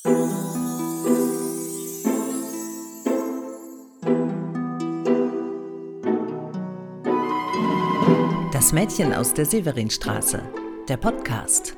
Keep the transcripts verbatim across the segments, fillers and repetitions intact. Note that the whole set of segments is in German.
Das Mädchen aus der Severinstraße, der Podcast.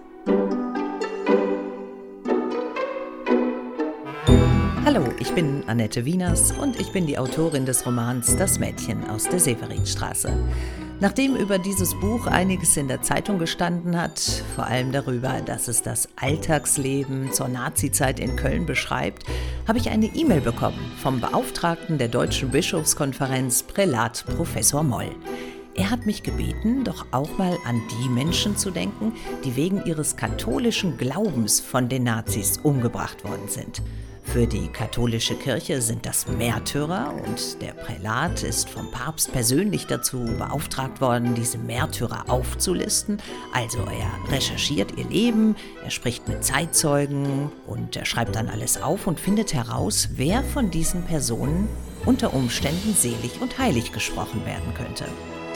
Hallo, ich bin Annette Wieners und ich bin die Autorin des Romans Das Mädchen aus der Severinstraße. Nachdem über dieses Buch einiges in der Zeitung gestanden hat, vor allem darüber, dass es das Alltagsleben zur Nazizeit in Köln beschreibt, habe ich eine E-Mail bekommen vom Beauftragten der Deutschen Bischofskonferenz, Prälat Professor Moll. Er hat mich gebeten, doch auch mal an die Menschen zu denken, die wegen ihres katholischen Glaubens von den Nazis umgebracht worden sind. Für die katholische Kirche sind das Märtyrer und der Prälat ist vom Papst persönlich dazu beauftragt worden, diese Märtyrer aufzulisten. Also er recherchiert ihr Leben, er spricht mit Zeitzeugen und er schreibt dann alles auf und findet heraus, wer von diesen Personen unter Umständen selig und heilig gesprochen werden könnte.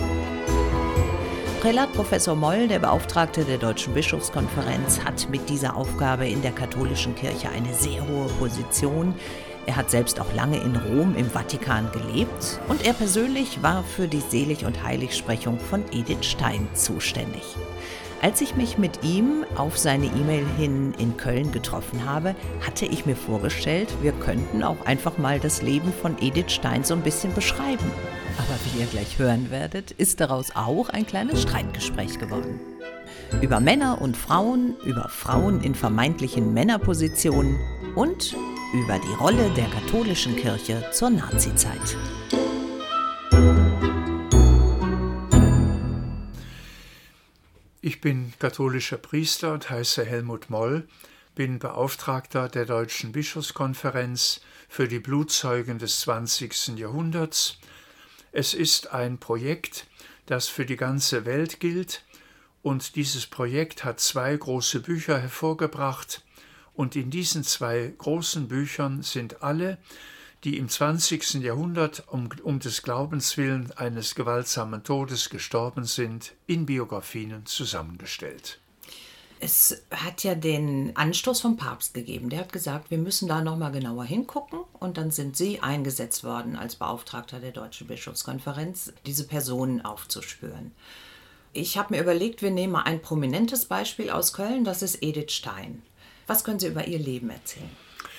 Prälat Professor Moll, der Beauftragte der Deutschen Bischofskonferenz, hat mit dieser Aufgabe in der katholischen Kirche eine sehr hohe Position. Er hat selbst auch lange in Rom im Vatikan gelebt und er persönlich war für die Selig- und Heiligsprechung von Edith Stein zuständig. Als ich mich mit ihm auf seine E-Mail hin in Köln getroffen habe, hatte ich mir vorgestellt, wir könnten auch einfach mal das Leben von Edith Stein so ein bisschen beschreiben. Aber wie ihr gleich hören werdet, ist daraus auch ein kleines Streitgespräch geworden. Über Männer und Frauen, über Frauen in vermeintlichen Männerpositionen und über die Rolle der katholischen Kirche zur Nazizeit. Ich bin katholischer Priester und heiße Helmut Moll, bin Beauftragter der Deutschen Bischofskonferenz für die Blutzeugen des zwanzigsten Jahrhunderts. Es ist ein Projekt, das für die ganze Welt gilt, und dieses Projekt hat zwei große Bücher hervorgebracht, und in diesen zwei großen Büchern sind alle, die im zwanzigsten Jahrhundert um, um des Glaubens willen eines gewaltsamen Todes gestorben sind, in Biografien zusammengestellt. Es hat ja den Anstoß vom Papst gegeben. Der hat gesagt, wir müssen da nochmal genauer hingucken. Und dann sind Sie eingesetzt worden als Beauftragter der Deutschen Bischofskonferenz, diese Personen aufzuspüren. Ich habe mir überlegt, wir nehmen mal ein prominentes Beispiel aus Köln, das ist Edith Stein. Was können Sie über ihr Leben erzählen?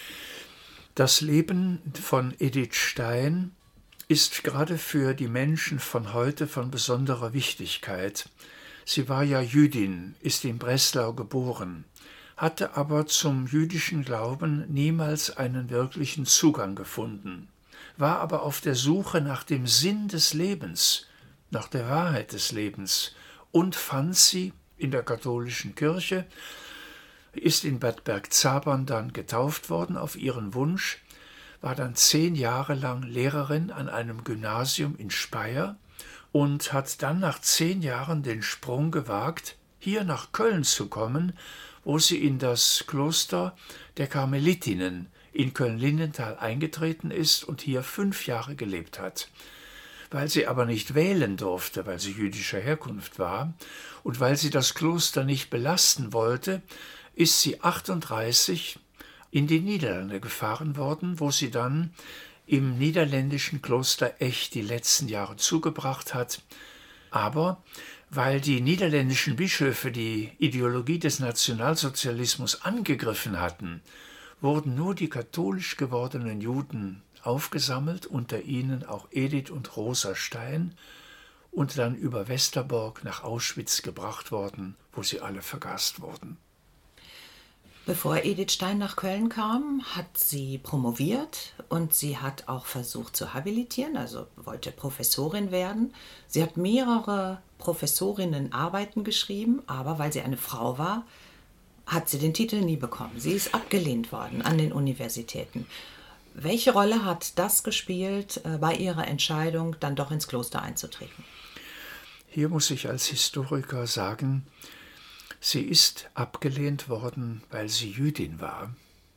Das Leben von Edith Stein ist gerade für die Menschen von heute von besonderer Wichtigkeit. Sie war ja Jüdin, ist in Breslau geboren, hatte aber zum jüdischen Glauben niemals einen wirklichen Zugang gefunden, war aber auf der Suche nach dem Sinn des Lebens, nach der Wahrheit des Lebens und fand sie in der katholischen Kirche, ist in Bad Bergzabern dann getauft worden auf ihren Wunsch, war dann zehn Jahre lang Lehrerin an einem Gymnasium in Speyer und hat dann nach zehn Jahren den Sprung gewagt, hier nach Köln zu kommen, wo sie in das Kloster der Karmelitinnen in Köln-Lindenthal eingetreten ist und hier fünf Jahre gelebt hat. Weil sie aber nicht wählen durfte, weil sie jüdischer Herkunft war und weil sie das Kloster nicht belasten wollte, ist sie achtunddreißig in die Niederlande gefahren worden, wo sie dann im niederländischen Kloster Echt die letzten Jahre zugebracht hat. Aber weil die niederländischen Bischöfe die Ideologie des Nationalsozialismus angegriffen hatten, wurden nur die katholisch gewordenen Juden aufgesammelt, unter ihnen auch Edith und Rosa Stein, und dann über Westerbork nach Auschwitz gebracht worden, wo sie alle vergast wurden. Bevor Edith Stein nach Köln kam, hat sie promoviert und sie hat auch versucht zu habilitieren, also wollte Professorin werden. Sie hat mehrere Professorinnenarbeiten geschrieben, aber weil sie eine Frau war, hat sie den Titel nie bekommen. Sie ist abgelehnt worden an den Universitäten. Welche Rolle hat das gespielt äh, bei ihrer Entscheidung, dann doch ins Kloster einzutreten? Hier muss ich als Historiker sagen, sie ist abgelehnt worden, weil sie Jüdin war.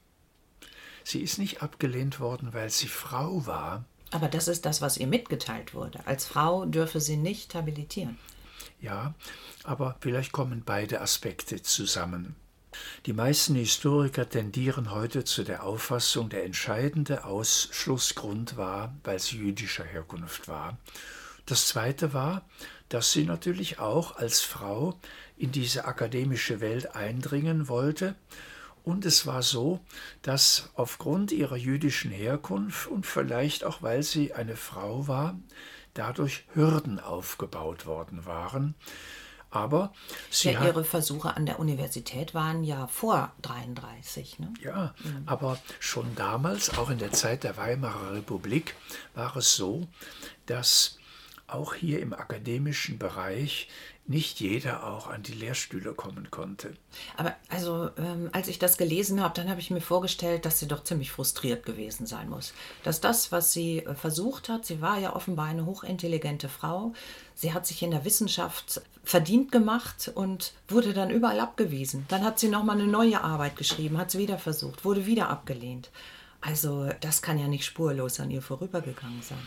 Sie ist nicht abgelehnt worden, weil sie Frau war. Aber das ist das, was ihr mitgeteilt wurde. Als Frau dürfe sie nicht habilitieren. Ja, aber vielleicht kommen beide Aspekte zusammen. Die meisten Historiker tendieren heute zu der Auffassung, der entscheidende Ausschlussgrund war, weil sie jüdischer Herkunft war. Das Zweite war, dass sie natürlich auch als Frau in diese akademische Welt eindringen wollte. Und es war so, dass aufgrund ihrer jüdischen Herkunft und vielleicht auch, weil sie eine Frau war, dadurch Hürden aufgebaut worden waren. Aber sie ja, hat, ihre Versuche an der Universität waren ja vor dreiunddreißig. Ne? Ja, mhm. aber schon damals, auch in der Zeit der Weimarer Republik, war es so, dass auch hier im akademischen Bereich nicht jeder auch an die Lehrstühle kommen konnte. Aber also, ähm, als ich das gelesen habe, dann habe ich mir vorgestellt, dass sie doch ziemlich frustriert gewesen sein muss. Dass das, was sie äh, versucht hat, sie war ja offenbar eine hochintelligente Frau, sie hat sich in der Wissenschaft verdient gemacht und wurde dann überall abgewiesen. Dann hat sie nochmal eine neue Arbeit geschrieben, hat es wieder versucht, wurde wieder abgelehnt. Also das kann ja nicht spurlos an ihr vorübergegangen sein.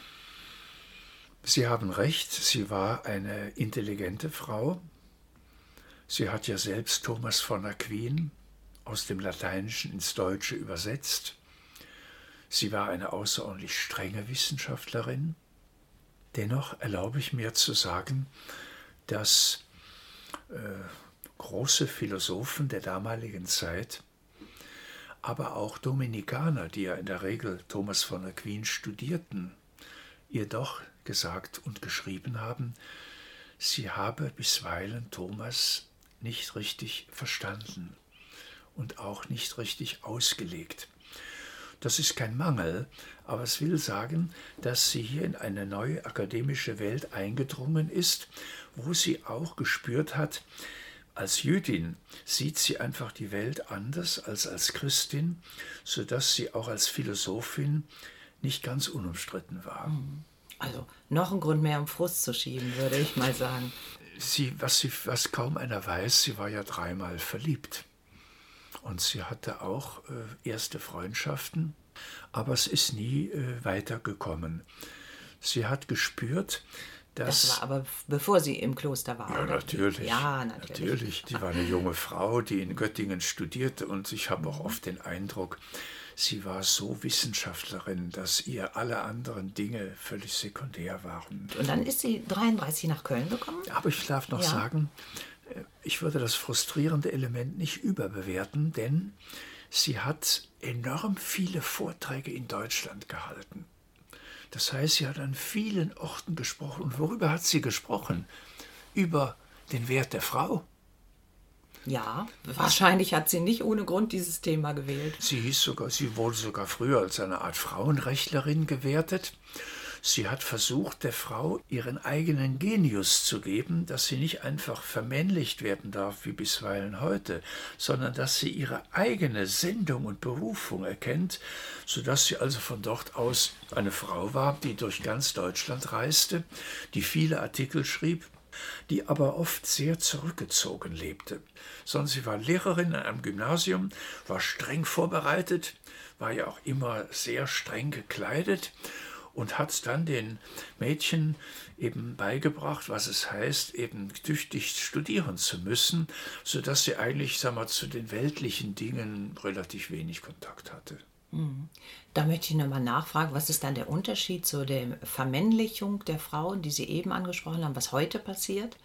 Sie haben recht, sie war eine intelligente Frau. Sie hat ja selbst Thomas von Aquin aus dem Lateinischen ins Deutsche übersetzt. Sie war eine außerordentlich strenge Wissenschaftlerin. Dennoch erlaube ich mir zu sagen, dass äh, große Philosophen der damaligen Zeit, aber auch Dominikaner, die ja in der Regel Thomas von Aquin studierten, ihr doch gesagt und geschrieben haben, sie habe bisweilen Thomas nicht richtig verstanden und auch nicht richtig ausgelegt. Das ist kein Mangel, aber es will sagen, dass sie hier in eine neue akademische Welt eingedrungen ist, wo sie auch gespürt hat, als Jüdin sieht sie einfach die Welt anders als als Christin, sodass sie auch als Philosophin nicht ganz unumstritten war. Also noch ein Grund mehr, um Frust zu schieben, würde ich mal sagen. Sie, was, sie, was kaum einer weiß, sie war ja dreimal verliebt. Und sie hatte auch äh, erste Freundschaften, aber es ist nie äh, weitergekommen. Sie hat gespürt, dass... Das war aber bevor sie im Kloster war, Ja, oder? natürlich. Ja, natürlich. natürlich. Die war eine junge Frau, die in Göttingen studierte und ich habe auch oft den Eindruck, sie war so Wissenschaftlerin, dass ihr alle anderen Dinge völlig sekundär waren. Und dann ist sie dreiunddreißig nach Köln gekommen? Aber ich darf noch Ja. sagen, ich würde das frustrierende Element nicht überbewerten, denn sie hat enorm viele Vorträge in Deutschland gehalten. Das heißt, sie hat an vielen Orten gesprochen. Und worüber hat sie gesprochen? Über den Wert der Frau. Ja, wahrscheinlich hat sie nicht ohne Grund dieses Thema gewählt. Sie hieß sogar, sie wurde sogar früher als eine Art Frauenrechtlerin gewertet. Sie hat versucht, der Frau ihren eigenen Genius zu geben, dass sie nicht einfach vermännlicht werden darf, wie bisweilen heute, sondern dass sie ihre eigene Sendung und Berufung erkennt, sodass sie also von dort aus eine Frau war, die durch ganz Deutschland reiste, die viele Artikel schrieb, die aber oft sehr zurückgezogen lebte. Sondern sie war Lehrerin an einem Gymnasium, war streng vorbereitet, war ja auch immer sehr streng gekleidet und hat dann den Mädchen eben beigebracht, was es heißt, eben tüchtig studieren zu müssen, sodass sie eigentlich, sag mal, zu den weltlichen Dingen relativ wenig Kontakt hatte. Da möchte ich nochmal nachfragen, was ist dann der Unterschied zu der Vermännlichung der Frauen, die Sie eben angesprochen haben, was heute passiert?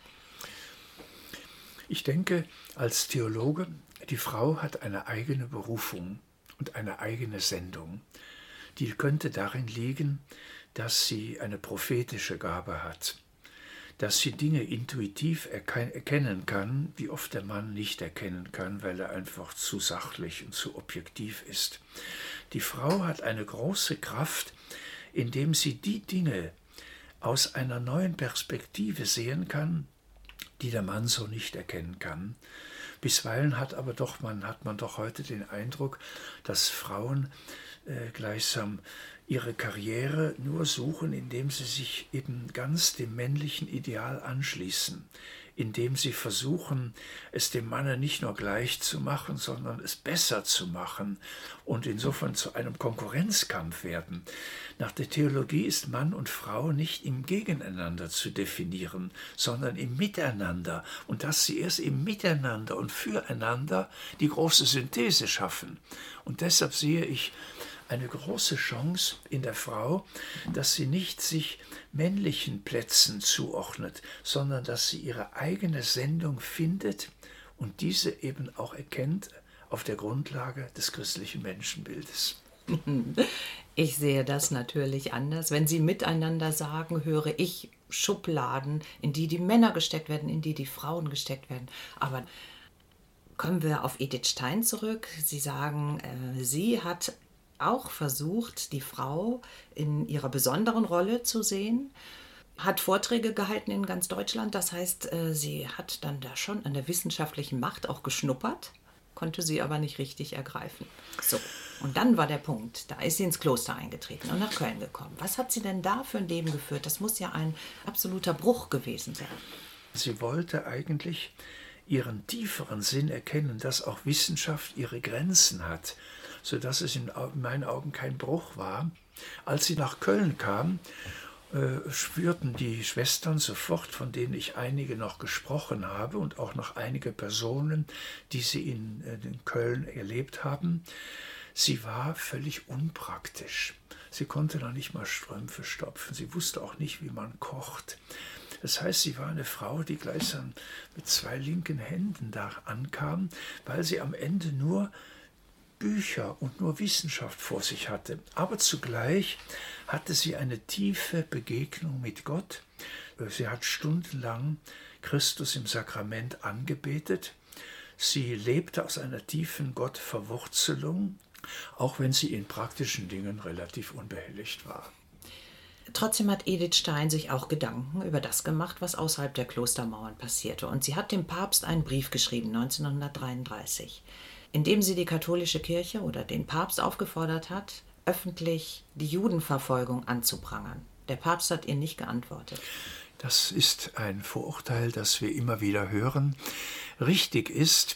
Ich denke, als Theologe, die Frau hat eine eigene Berufung und eine eigene Sendung. Die könnte darin liegen, dass sie eine prophetische Gabe hat, dass sie Dinge intuitiv erkennen kann, die oft der Mann nicht erkennen kann, weil er einfach zu sachlich und zu objektiv ist. Die Frau hat eine große Kraft, indem sie die Dinge aus einer neuen Perspektive sehen kann, die der Mann so nicht erkennen kann. Bisweilen hat aber doch man, hat man doch heute den Eindruck, dass Frauen äh, gleichsam ihre Karriere nur suchen, indem sie sich eben ganz dem männlichen Ideal anschließen, indem sie versuchen, es dem Manne nicht nur gleich zu machen, sondern es besser zu machen und insofern zu einem Konkurrenzkampf werden. Nach der Theologie ist Mann und Frau nicht im Gegeneinander zu definieren, sondern im Miteinander, und dass sie erst im Miteinander und füreinander die große Synthese schaffen. Und deshalb sehe ich eine große Chance in der Frau, dass sie nicht sich männlichen Plätzen zuordnet, sondern dass sie ihre eigene Sendung findet und diese eben auch erkennt auf der Grundlage des christlichen Menschenbildes. Ich sehe das natürlich anders. Wenn Sie miteinander sagen, höre ich Schubladen, in die die Männer gesteckt werden, in die die Frauen gesteckt werden. Aber kommen wir auf Edith Stein zurück. Sie sagen, äh, sie hat auch versucht, die Frau in ihrer besonderen Rolle zu sehen, hat Vorträge gehalten in ganz Deutschland. Das heißt, sie hat dann da schon an der wissenschaftlichen Macht auch geschnuppert, konnte sie aber nicht richtig ergreifen. So, und dann war der Punkt, da ist sie ins Kloster eingetreten und nach Köln gekommen. Was hat sie denn da für ein Leben geführt? Das muss ja ein absoluter Bruch gewesen sein. Sie wollte eigentlich ihren tieferen Sinn erkennen, dass auch Wissenschaft ihre Grenzen hat, sodass es in meinen Augen kein Bruch war. Als sie nach Köln kam, äh, spürten die Schwestern sofort, von denen ich einige noch gesprochen habe und auch noch einige Personen, die sie in, äh, in Köln erlebt haben, sie war völlig unpraktisch. Sie konnte noch nicht mal Strümpfe stopfen, sie wusste auch nicht, wie man kocht. Das heißt, sie war eine Frau, die gleichsam mit zwei linken Händen da ankam, weil sie am Ende nur Bücher und nur Wissenschaft vor sich hatte. Aber zugleich hatte sie eine tiefe Begegnung mit Gott. Sie hat stundenlang Christus im Sakrament angebetet. Sie lebte aus einer tiefen Gottverwurzelung, auch wenn sie in praktischen Dingen relativ unbehelligt war. Trotzdem hat Edith Stein sich auch Gedanken über das gemacht, was außerhalb der Klostermauern passierte. Und sie hat dem Papst einen Brief geschrieben, neunzehnhundertdreiunddreißig, in dem sie die katholische Kirche oder den Papst aufgefordert hat, öffentlich die Judenverfolgung anzuprangern. Der Papst hat ihr nicht geantwortet. Das ist ein Vorurteil, das wir immer wieder hören. Richtig ist,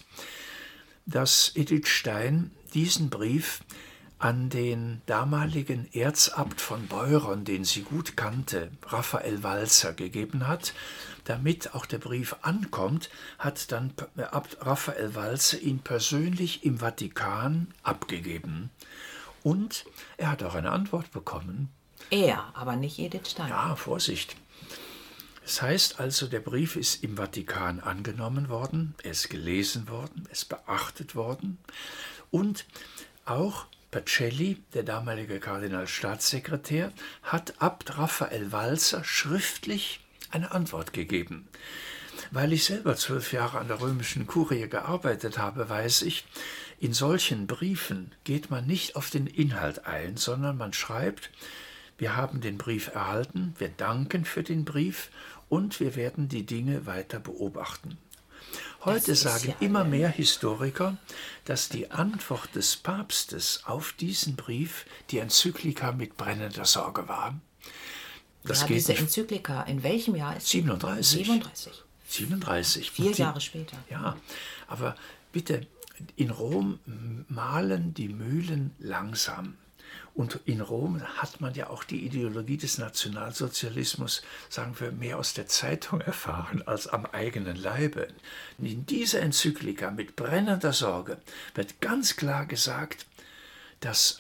dass Edith Stein diesen Brief an den damaligen Erzabt von Beuron, den sie gut kannte, Raphael Walzer, gegeben hat. Damit auch der Brief ankommt, hat dann Abt Raphael Walzer ihn persönlich im Vatikan abgegeben. Und er hat auch eine Antwort bekommen. Er, aber nicht Edith Stein. Ja, Vorsicht. Das heißt also, der Brief ist im Vatikan angenommen worden, er ist gelesen worden, er ist beachtet worden und auch Pacelli, der damalige Kardinalstaatssekretär, hat Abt Raphael Walzer schriftlich eine Antwort gegeben. Weil ich selber zwölf Jahre an der römischen Kurie gearbeitet habe, weiß ich, in solchen Briefen geht man nicht auf den Inhalt ein, sondern man schreibt, wir haben den Brief erhalten, wir danken für den Brief und wir werden die Dinge weiter beobachten. Heute sagen ja immer mehr Historiker, dass die Antwort des Papstes auf diesen Brief die Enzyklika mit brennender Sorge war. Das ja, geht diese nicht. Enzyklika, in welchem Jahr ist sie? siebenunddreißig. siebenunddreißig. siebenunddreißig. Vier die, Jahre später. Ja, aber bitte, in Rom mahlen die Mühlen langsam. Und in Rom hat man ja auch die Ideologie des Nationalsozialismus, sagen wir, mehr aus der Zeitung erfahren als am eigenen Leibe. In dieser Enzyklika mit brennender Sorge wird ganz klar gesagt, dass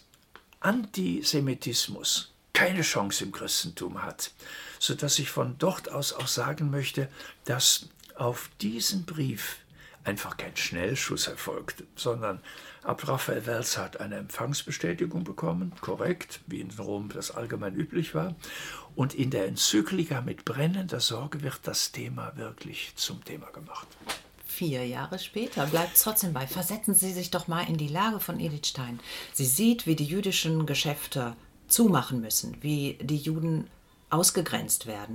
Antisemitismus keine Chance im Christentum hat, sodass ich von dort aus auch sagen möchte, dass auf diesen Brief einfach kein Schnellschuss erfolgt, sondern Abt Raphael Walzer hat eine Empfangsbestätigung bekommen, korrekt, wie in Rom das allgemein üblich war. Und in der Enzyklika mit brennender Sorge wird das Thema wirklich zum Thema gemacht. Vier Jahre später bleibt es trotzdem bei. Versetzen Sie sich doch mal in die Lage von Edith Stein. Sie sieht, wie die jüdischen Geschäfte zumachen müssen, wie die Juden ausgegrenzt werden.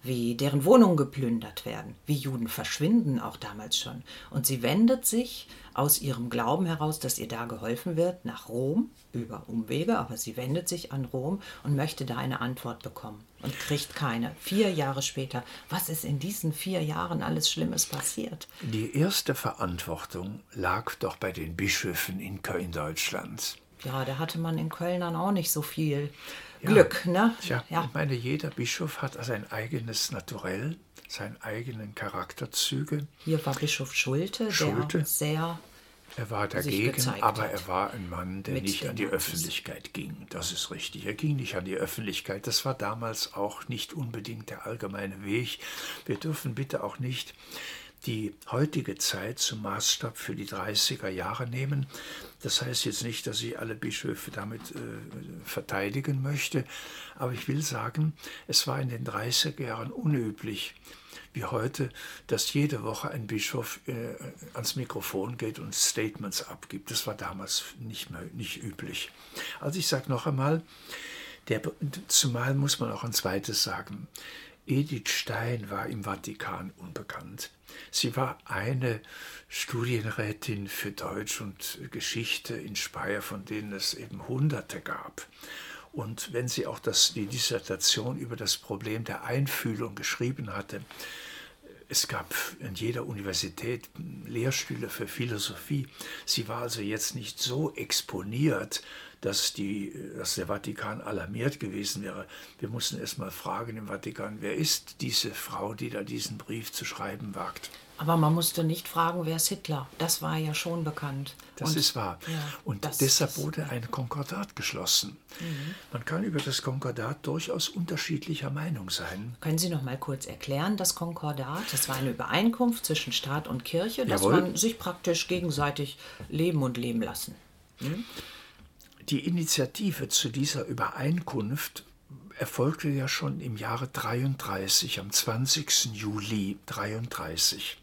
wie deren Wohnungen geplündert werden, wie Juden verschwinden, auch damals schon. Und sie wendet sich aus ihrem Glauben heraus, dass ihr da geholfen wird, nach Rom, über Umwege, aber sie wendet sich an Rom und möchte da eine Antwort bekommen und kriegt keine. Vier Jahre später, was ist in diesen vier Jahren alles Schlimmes passiert? Die erste Verantwortung lag doch bei den Bischöfen in, in Deutschland. Ja, da hatte man in Köln dann auch nicht so viel ja, Glück, ne? Tja, ja. Ich meine, jeder Bischof hat sein eigenes Naturell, seine eigenen Charakterzüge. Hier war Bischof Schulte, Schulte. der sehr Er war dagegen, aber er war ein Mann, der nicht an die Öffentlichkeit ging. Das ist richtig. Er ging nicht an die Öffentlichkeit. Das war damals auch nicht unbedingt der allgemeine Weg. Wir dürfen bitte auch nicht die heutige Zeit zum Maßstab für die dreißiger Jahre nehmen. Das heißt jetzt nicht, dass ich alle Bischöfe damit äh, verteidigen möchte, aber ich will sagen, es war in den dreißiger Jahren unüblich, wie heute, dass jede Woche ein Bischof äh, ans Mikrofon geht und Statements abgibt. Das war damals nicht mehr, nicht üblich. Also ich sage noch einmal, der, zumal muss man auch ein zweites sagen, Edith Stein war im Vatikan unbekannt. Sie war eine Studienrätin für Deutsch und Geschichte in Speyer, von denen es eben Hunderte gab. Und wenn sie auch das, die Dissertation über das Problem der Einfühlung geschrieben hatte, es gab an jeder Universität Lehrstühle für Philosophie. Sie war also jetzt nicht so exponiert, dass, die, dass der Vatikan alarmiert gewesen wäre. Wir mussten erst mal fragen im Vatikan, wer ist diese Frau, die da diesen Brief zu schreiben wagt? Aber man musste nicht fragen, wer ist Hitler? Das war ja schon bekannt. Das und, ist wahr. Ja, und deshalb wurde ein Konkordat geschlossen. Mhm. Man kann über das Konkordat durchaus unterschiedlicher Meinung sein. Können Sie noch mal kurz erklären, das Konkordat? Das war eine Übereinkunft zwischen Staat und Kirche, dass Jawohl. man sich praktisch gegenseitig leben und leben lassen. Hm? Die Initiative zu dieser Übereinkunft erfolgte ja schon im Jahre dreiunddreißig, am zwanzigsten Juli dreiunddreißig.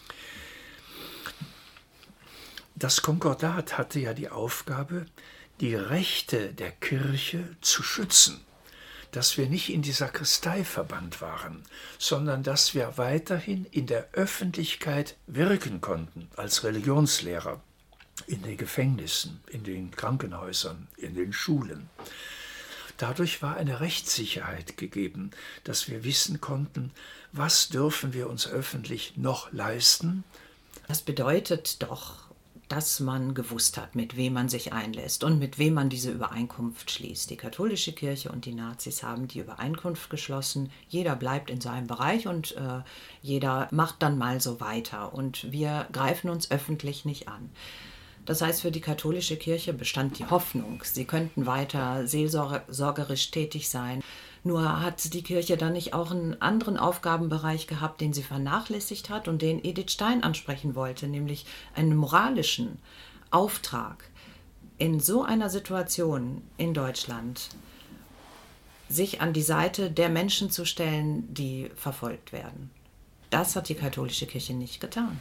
Das Konkordat hatte ja die Aufgabe, die Rechte der Kirche zu schützen, dass wir nicht in die Sakristei verbannt waren, sondern dass wir weiterhin in der Öffentlichkeit wirken konnten als Religionslehrer, in den Gefängnissen, in den Krankenhäusern, in den Schulen. Dadurch war eine Rechtssicherheit gegeben, dass wir wissen konnten, was dürfen wir uns öffentlich noch leisten. Das bedeutet doch, dass man gewusst hat, mit wem man sich einlässt und mit wem man diese Übereinkunft schließt. Die katholische Kirche und die Nazis haben die Übereinkunft geschlossen. Jeder bleibt in seinem Bereich und äh, jeder macht dann mal so weiter. Und wir greifen uns öffentlich nicht an. Das heißt, für die katholische Kirche bestand die Hoffnung, sie könnten weiter seelsorgerisch tätig sein. Nur hat die Kirche dann nicht auch einen anderen Aufgabenbereich gehabt, den sie vernachlässigt hat und den Edith Stein ansprechen wollte, nämlich einen moralischen Auftrag, in so einer Situation in Deutschland sich an die Seite der Menschen zu stellen, die verfolgt werden. Das hat die katholische Kirche nicht getan.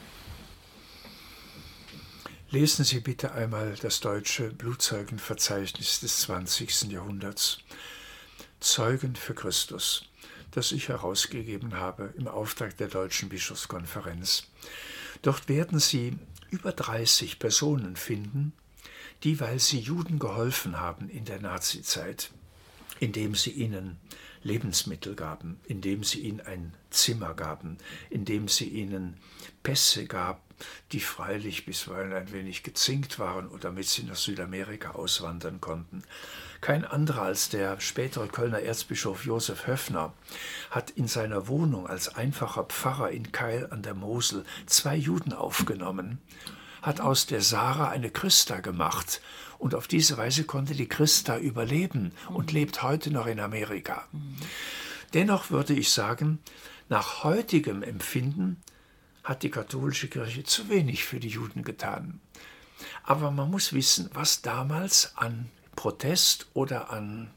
Lesen Sie bitte einmal das deutsche Blutzeugenverzeichnis des zwanzigsten Jahrhunderts, Zeugen für Christus, das ich herausgegeben habe im Auftrag der Deutschen Bischofskonferenz. Dort werden Sie über dreißig Personen finden, die, weil sie Juden geholfen haben in der Nazizeit, indem sie ihnen Lebensmittel gaben, indem sie ihnen ein Zimmer gaben, indem sie ihnen Pässe gaben, die freilich bisweilen ein wenig gezinkt waren und damit sie nach Südamerika auswandern konnten. Kein anderer als der spätere Kölner Erzbischof Josef Höffner hat in seiner Wohnung als einfacher Pfarrer in Keil an der Mosel zwei Juden aufgenommen, hat aus der Sarah eine Christa gemacht und auf diese Weise konnte die Christa überleben und lebt heute noch in Amerika. Dennoch würde ich sagen, nach heutigem Empfinden hat die katholische Kirche zu wenig für die Juden getan. Aber man muss wissen, was damals an Protest oder an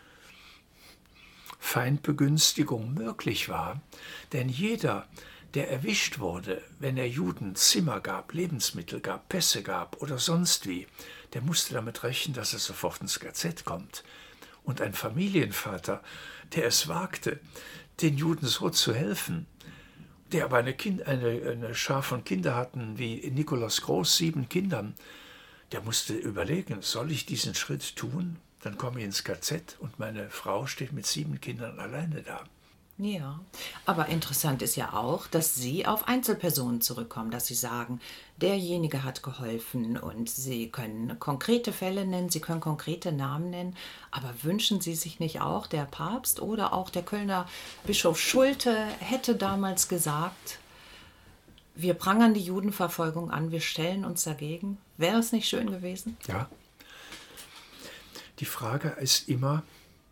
Feindbegünstigung möglich war. Denn jeder, der erwischt wurde, wenn er Juden Zimmer gab, Lebensmittel gab, Pässe gab oder sonst wie, der musste damit rechnen, dass er sofort ins K Z kommt. und ein Familienvater, der es wagte, den Juden so zu helfen, der aber eine, kind, eine, eine Schar von Kindern hatten, wie Nikolaus Groß, sieben Kindern, der musste überlegen, soll ich diesen Schritt tun? Dann komme ich ins K Z und meine Frau steht mit sieben Kindern alleine da. Ja, aber interessant ist ja auch, dass Sie auf Einzelpersonen zurückkommen, dass Sie sagen, derjenige hat geholfen und Sie können konkrete Fälle nennen, Sie können konkrete Namen nennen, aber wünschen Sie sich nicht auch, der Papst oder auch der Kölner Bischof Schulte hätte damals gesagt, wir prangern die Judenverfolgung an, wir stellen uns dagegen? Wäre das nicht schön gewesen? Ja. Die Frage ist immer,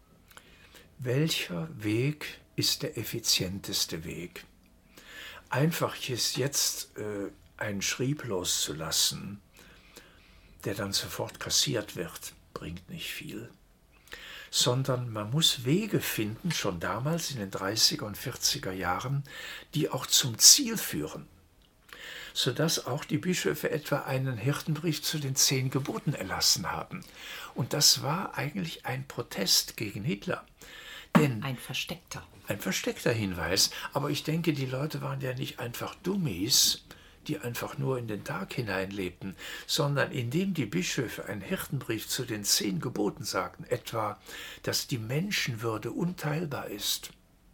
welcher Weg ist der effizienteste Weg? Einfach ist jetzt äh, einen Schrieb loszulassen, der dann sofort kassiert wird, bringt nicht viel. Sondern man muss Wege finden, schon damals in den dreißiger und vierziger Jahren, die auch zum Ziel führen, sodass auch die Bischöfe etwa einen Hirtenbrief zu den zehn Geboten erlassen haben. Und das war eigentlich ein Protest gegen Hitler. Denn ein versteckter. Ein versteckter Hinweis, aber ich denke, die Leute waren ja nicht einfach Dummies, die einfach nur in den Tag hineinlebten, sondern indem die Bischöfe einen Hirtenbrief zu den zehn Geboten sagten, etwa, dass die Menschenwürde unteilbar ist,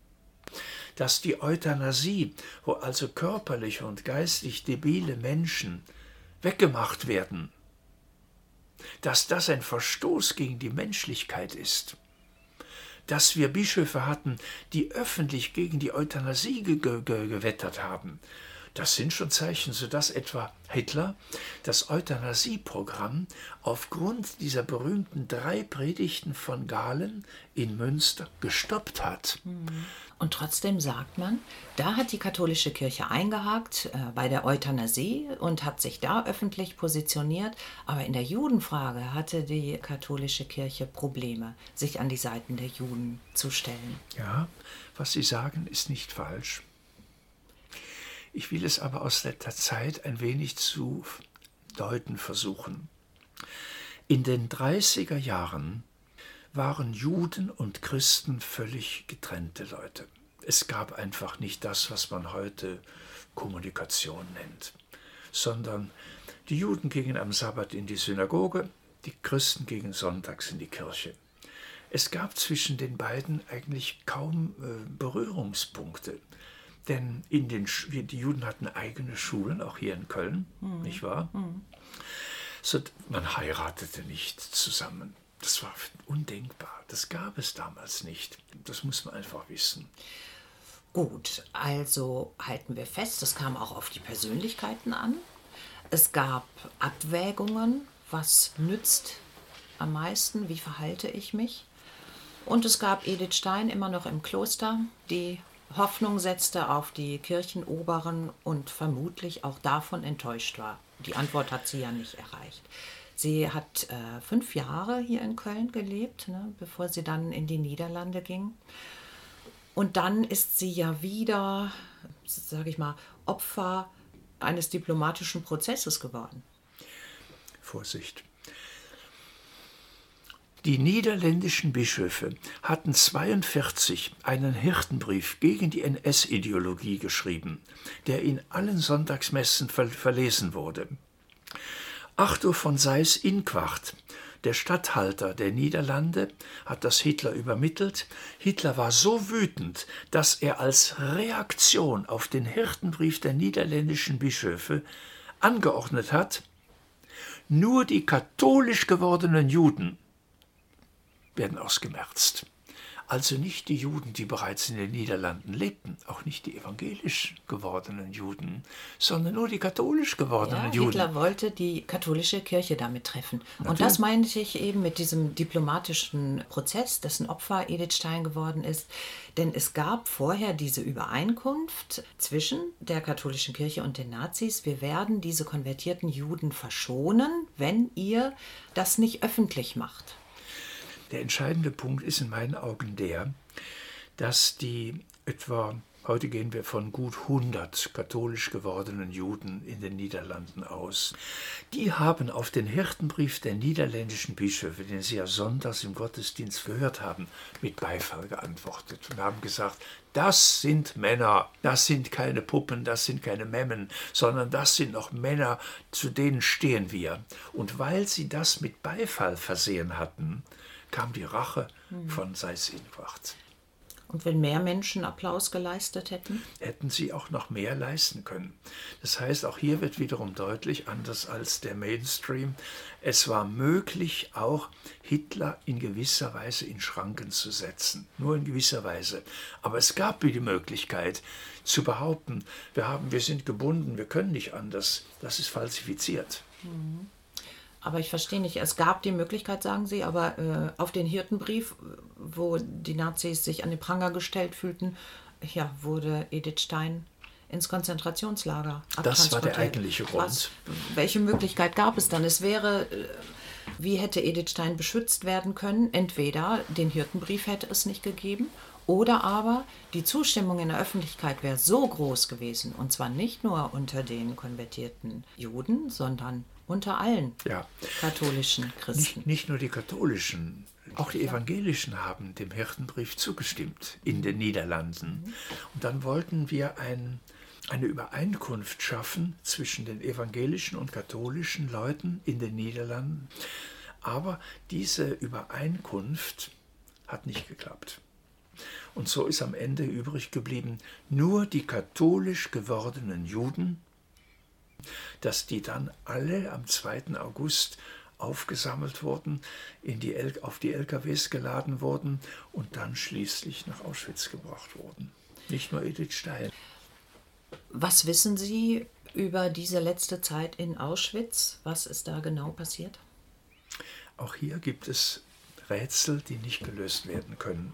dass die Euthanasie, wo also körperlich und geistig debile Menschen weggemacht werden, dass das ein Verstoß gegen die Menschlichkeit ist, dass wir Bischöfe hatten, die öffentlich gegen die Euthanasie ge ge gewettert haben. Das sind schon Zeichen, sodass etwa Hitler das Euthanasieprogramm aufgrund dieser berühmten drei Predigten von Galen in Münster gestoppt hat. Und trotzdem sagt man, da hat die katholische Kirche eingehakt äh, bei der Euthanasie und hat sich da öffentlich positioniert. Aber in der Judenfrage hatte die katholische Kirche Probleme, sich an die Seiten der Juden zu stellen. Ja, was Sie sagen, ist nicht falsch. Ich will es aber aus der Zeit ein wenig zu deuten versuchen. In den dreißiger Jahren waren Juden und Christen völlig getrennte Leute. Es gab einfach nicht das, was man heute Kommunikation nennt, sondern die Juden gingen am Sabbat in die Synagoge, die Christen gingen sonntags in die Kirche. Es gab zwischen den beiden eigentlich kaum äh, Berührungspunkte. Denn in den, die Juden hatten eigene Schulen, auch hier in Köln, mhm. nicht wahr? Mhm. So, man heiratete nicht zusammen. Das war undenkbar. Das gab es damals nicht. Das muss man einfach wissen. Gut, also halten wir fest, es kam auch auf die Persönlichkeiten an. Es gab Abwägungen, was nützt am meisten, wie verhalte ich mich. Und es gab Edith Stein immer noch im Kloster, die Hoffnung setzte auf die Kirchenoberen und vermutlich auch davon enttäuscht war. Die Antwort hat sie ja nicht erreicht. Sie hat äh, fünf Jahre hier in Köln gelebt, ne, bevor sie dann in die Niederlande ging. Und dann ist sie ja wieder, sage ich mal, Opfer eines diplomatischen Prozesses geworden. Vorsicht. Die niederländischen Bischöfe hatten zweiundvierzig einen Hirtenbrief gegen die N S-Ideologie geschrieben, der in allen Sonntagsmessen ver verlesen wurde. Arthur von Seyß-Inquart, der Statthalter der Niederlande, hat das Hitler übermittelt. Hitler war so wütend, dass er als Reaktion auf den Hirtenbrief der niederländischen Bischöfe angeordnet hat, nur die katholisch gewordenen Juden werden ausgemerzt. Also nicht die Juden, die bereits in den Niederlanden lebten, auch nicht die evangelisch gewordenen Juden, sondern nur die katholisch gewordenen ja, Juden. Hitler wollte die katholische Kirche damit treffen. Natürlich. Und das meinte ich eben mit diesem diplomatischen Prozess, dessen Opfer Edith Stein geworden ist. Denn es gab vorher diese Übereinkunft zwischen der katholischen Kirche und den Nazis, wir werden diese konvertierten Juden verschonen, wenn ihr das nicht öffentlich macht. Der entscheidende Punkt ist in meinen Augen der, dass die etwa Heute gehen wir von gut hundert katholisch gewordenen Juden in den Niederlanden aus. Die haben auf den Hirtenbrief der niederländischen Bischöfe, den sie ja sonntags im Gottesdienst gehört haben, mit Beifall geantwortet und haben gesagt, das sind Männer, das sind keine Puppen, das sind keine Memmen, sondern das sind noch Männer, zu denen stehen wir. Und weil sie das mit Beifall versehen hatten, kam die Rache von Seyß-Inquart. Und wenn mehr Menschen Applaus geleistet hätten? Hätten sie auch noch mehr leisten können. Das heißt, auch hier wird wiederum deutlich, anders als der Mainstream, es war möglich, auch Hitler in gewisser Weise in Schranken zu setzen. Nur in gewisser Weise. Aber es gab die Möglichkeit zu behaupten, wir, haben, wir sind gebunden, wir können nicht anders. Das ist falsifiziert. Mhm. Aber ich verstehe nicht, es gab die Möglichkeit, sagen Sie, aber äh, auf den Hirtenbrief, wo die Nazis sich an den Pranger gestellt fühlten, ja, wurde Edith Stein ins Konzentrationslager abtransportiert. Das war der eigentliche Grund. Was, welche Möglichkeit gab es dann? Es wäre, äh, wie hätte Edith Stein beschützt werden können? Entweder den Hirtenbrief hätte es nicht gegeben, oder aber die Zustimmung in der Öffentlichkeit wäre so groß gewesen, und zwar nicht nur unter den konvertierten Juden, sondern unter allen ja. katholischen Christen. Nicht, nicht nur die katholischen, auch die Evangelischen haben dem Hirtenbrief zugestimmt in den Niederlanden. Und dann wollten wir ein, eine Übereinkunft schaffen zwischen den evangelischen und katholischen Leuten in den Niederlanden. Aber diese Übereinkunft hat nicht geklappt. Und so ist am Ende übrig geblieben, nur die katholisch gewordenen Juden, dass die dann alle am zweiten August aufgesammelt wurden, in die L- auf die L K Ws geladen wurden und dann schließlich nach Auschwitz gebracht wurden. Nicht nur Edith Stein. Was wissen Sie über diese letzte Zeit in Auschwitz? Was ist da genau passiert? Auch hier gibt es Rätsel, die nicht gelöst werden können.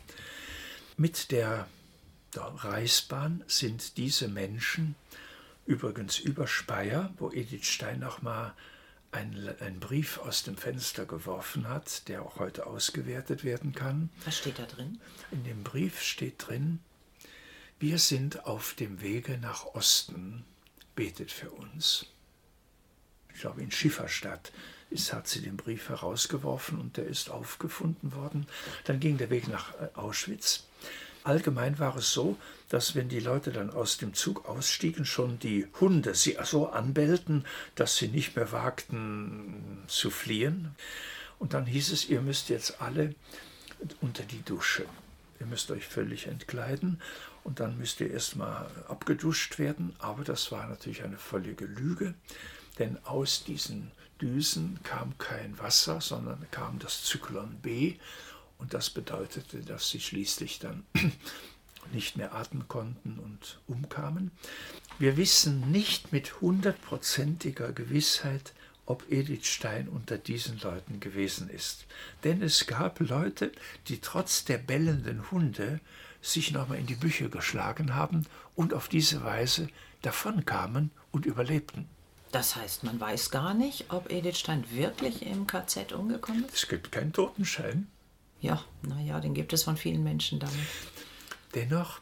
Mit der, der Reichsbahn sind diese Menschen, übrigens über Speyer, wo Edith Stein noch mal einen, einen Brief aus dem Fenster geworfen hat, der auch heute ausgewertet werden kann. Was steht da drin? In dem Brief steht drin, wir sind auf dem Wege nach Osten, betet für uns. Ich glaube, in Schifferstadt ist, hat sie den Brief herausgeworfen und der ist aufgefunden worden. Dann ging der Weg nach Auschwitz. Allgemein war es so, dass wenn die Leute dann aus dem Zug ausstiegen, schon die Hunde sie so anbellten, dass sie nicht mehr wagten zu fliehen. Und dann hieß es, ihr müsst jetzt alle unter die Dusche. Ihr müsst euch völlig entkleiden und dann müsst ihr erstmal abgeduscht werden. Aber das war natürlich eine völlige Lüge, denn aus diesen Düsen kam kein Wasser, sondern kam das Zyklon B. Und das bedeutete, dass sie schließlich dann nicht mehr atmen konnten und umkamen. Wir wissen nicht mit hundertprozentiger Gewissheit, ob Edith Stein unter diesen Leuten gewesen ist. Denn es gab Leute, die trotz der bellenden Hunde sich nochmal in die Bücher geschlagen haben und auf diese Weise davonkamen und überlebten. Das heißt, man weiß gar nicht, ob Edith Stein wirklich im K Z umgekommen ist? Es gibt keinen Totenschein. Ja, naja, den gibt es von vielen Menschen damit. Dennoch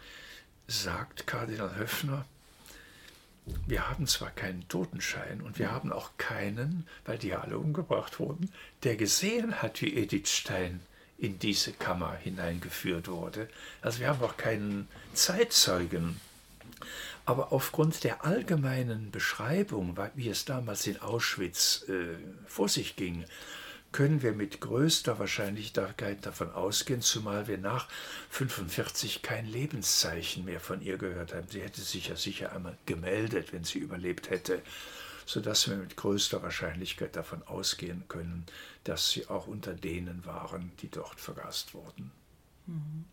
sagt Kardinal Höffner, wir haben zwar keinen Totenschein und wir haben auch keinen, weil die ja alle umgebracht wurden, der gesehen hat, wie Edith Stein in diese Kammer hineingeführt wurde. Also wir haben auch keinen Zeitzeugen. Aber aufgrund der allgemeinen Beschreibung, wie es damals in Auschwitz äh, vor sich ging, können wir mit größter Wahrscheinlichkeit davon ausgehen, zumal wir nach fünfundvierzig kein Lebenszeichen mehr von ihr gehört haben. Sie hätte sich ja sicher einmal gemeldet, wenn sie überlebt hätte, sodass wir mit größter Wahrscheinlichkeit davon ausgehen können, dass sie auch unter denen waren, die dort vergast wurden. Mhm.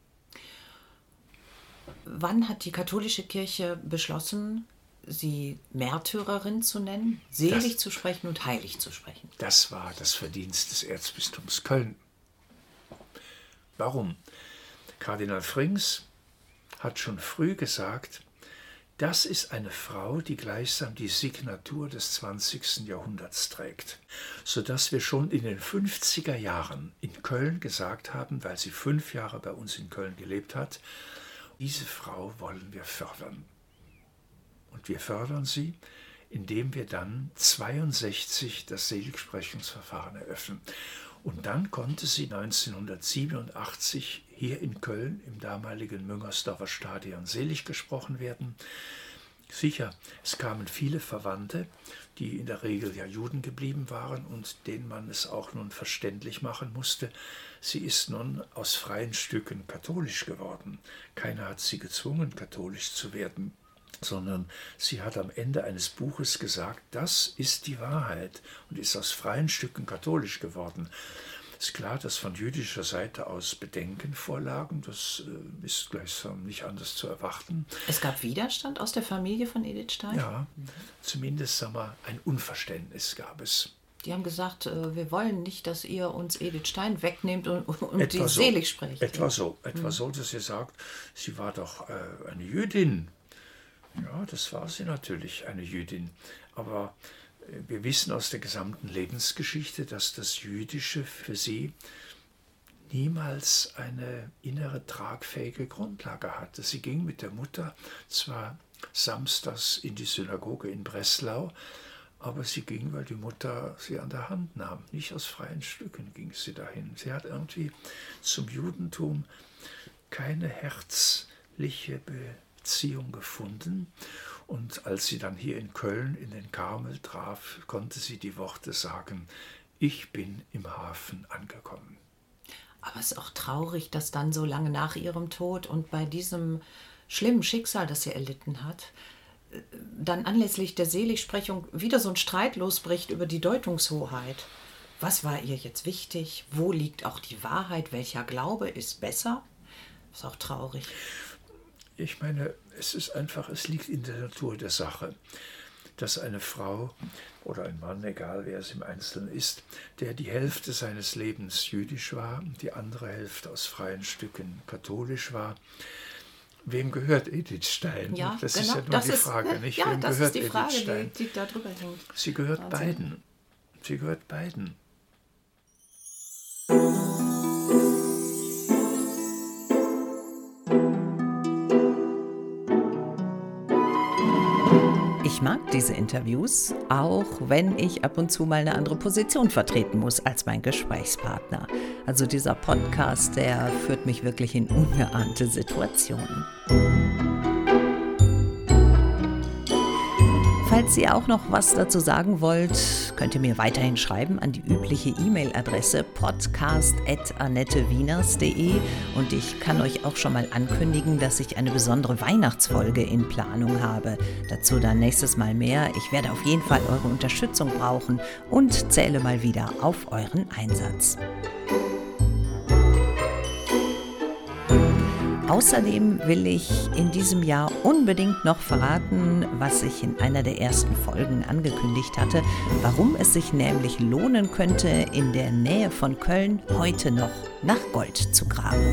Wann hat die katholische Kirche beschlossen, sie Märtyrerin zu nennen, selig das, zu sprechen und heilig zu sprechen? Das war das Verdienst des Erzbistums Köln. Warum? Kardinal Frings hat schon früh gesagt, das ist eine Frau, die gleichsam die Signatur des zwanzigsten Jahrhunderts trägt, sodass wir schon in den fünfziger Jahren in Köln gesagt haben, weil sie fünf Jahre bei uns in Köln gelebt hat, Diese Frau wollen wir fördern. Und wir fördern sie, indem wir dann zweiundsechzig das Seligsprechungsverfahren eröffnen. Und dann konnte sie neunzehnhundertsiebenundachtzig hier in Köln im damaligen Müngersdorfer Stadion selig gesprochen werden. Sicher, es kamen viele Verwandte, die in der Regel ja Juden geblieben waren und denen man es auch nun verständlich machen musste. Sie ist nun aus freien Stücken katholisch geworden. Keiner hat sie gezwungen, katholisch zu werden, sondern sie hat am Ende eines Buches gesagt, das ist die Wahrheit, und ist aus freien Stücken katholisch geworden. Es ist klar, dass von jüdischer Seite aus Bedenken vorlagen, das äh, ist gleichsam nicht anders zu erwarten. Es gab Widerstand aus der Familie von Edith Stein? Ja, mhm. zumindest sagen wir, ein Unverständnis gab es. Die haben gesagt, äh, wir wollen nicht, dass ihr uns Edith Stein wegnehmt und, und etwa die so, selig spricht. Etwa so, etwa mhm. so, dass ihr sagt, sie war doch äh, eine Jüdin. Ja, das war sie natürlich, eine Jüdin. Aber wir wissen aus der gesamten Lebensgeschichte, dass das Jüdische für sie niemals eine innere tragfähige Grundlage hatte. Sie ging mit der Mutter zwar samstags in die Synagoge in Breslau, aber sie ging, weil die Mutter sie an der Hand nahm. Nicht aus freien Stücken ging sie dahin. Sie hat irgendwie zum Judentum keine herzliche Beziehung gefunden. Und als sie dann hier in Köln in den Karmel traf, konnte sie die Worte sagen, ich bin im Hafen angekommen. Aber es ist auch traurig, dass dann so lange nach ihrem Tod und bei diesem schlimmen Schicksal, das sie erlitten hat, dann anlässlich der Seligsprechung wieder so ein Streit losbricht über die Deutungshoheit. Was war ihr jetzt wichtig? Wo liegt auch die Wahrheit? Welcher Glaube ist besser? Ist auch traurig. Ich meine, es ist einfach, es liegt in der Natur der Sache, dass eine Frau oder ein Mann, egal wer es im Einzelnen ist, der die Hälfte seines Lebens jüdisch war und die andere Hälfte aus freien Stücken katholisch war. Wem gehört Edith Stein? Ja, das genau, ist ja nur das die ist, Frage, nicht? Ja, Wem das gehört ist die Frage, Edith Stein? die, die da drüber hängt. Sie gehört Wahnsinn. beiden. Sie gehört beiden. Ich mag diese Interviews, auch wenn ich ab und zu mal eine andere Position vertreten muss als mein Gesprächspartner. Also dieser Podcast, der führt mich wirklich in ungeahnte Situationen. Falls ihr auch noch was dazu sagen wollt, könnt ihr mir weiterhin schreiben an die übliche E-Mail-Adresse podcast at annettewieners punkt de und ich kann euch auch schon mal ankündigen, dass ich eine besondere Weihnachtsfolge in Planung habe. Dazu dann nächstes Mal mehr. Ich werde auf jeden Fall eure Unterstützung brauchen und zähle mal wieder auf euren Einsatz. Außerdem will ich in diesem Jahr unbedingt noch verraten, was ich in einer der ersten Folgen angekündigt hatte, warum es sich nämlich lohnen könnte, in der Nähe von Köln heute noch nach Gold zu graben.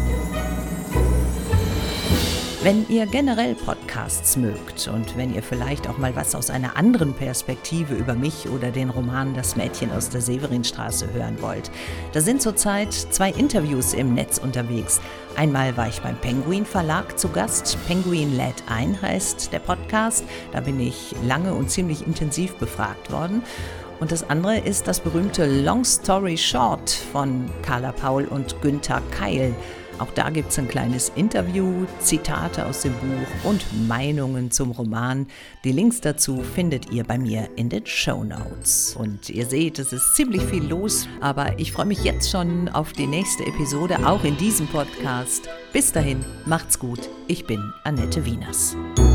Wenn ihr generell Podcasts mögt und wenn ihr vielleicht auch mal was aus einer anderen Perspektive über mich oder den Roman Das Mädchen aus der Severinstraße hören wollt, da sind zurzeit zwei Interviews im Netz unterwegs. Einmal war ich beim Penguin Verlag zu Gast. Penguin lädt ein heißt der Podcast. Da bin ich lange und ziemlich intensiv befragt worden. Und das andere ist das berühmte Long Story Short von Carla Paul und Günther Keil. Auch da gibt es ein kleines Interview, Zitate aus dem Buch und Meinungen zum Roman. Die Links dazu findet ihr bei mir in den Shownotes. Und ihr seht, es ist ziemlich viel los, aber ich freue mich jetzt schon auf die nächste Episode, auch in diesem Podcast. Bis dahin, macht's gut. Ich bin Annette Wieners.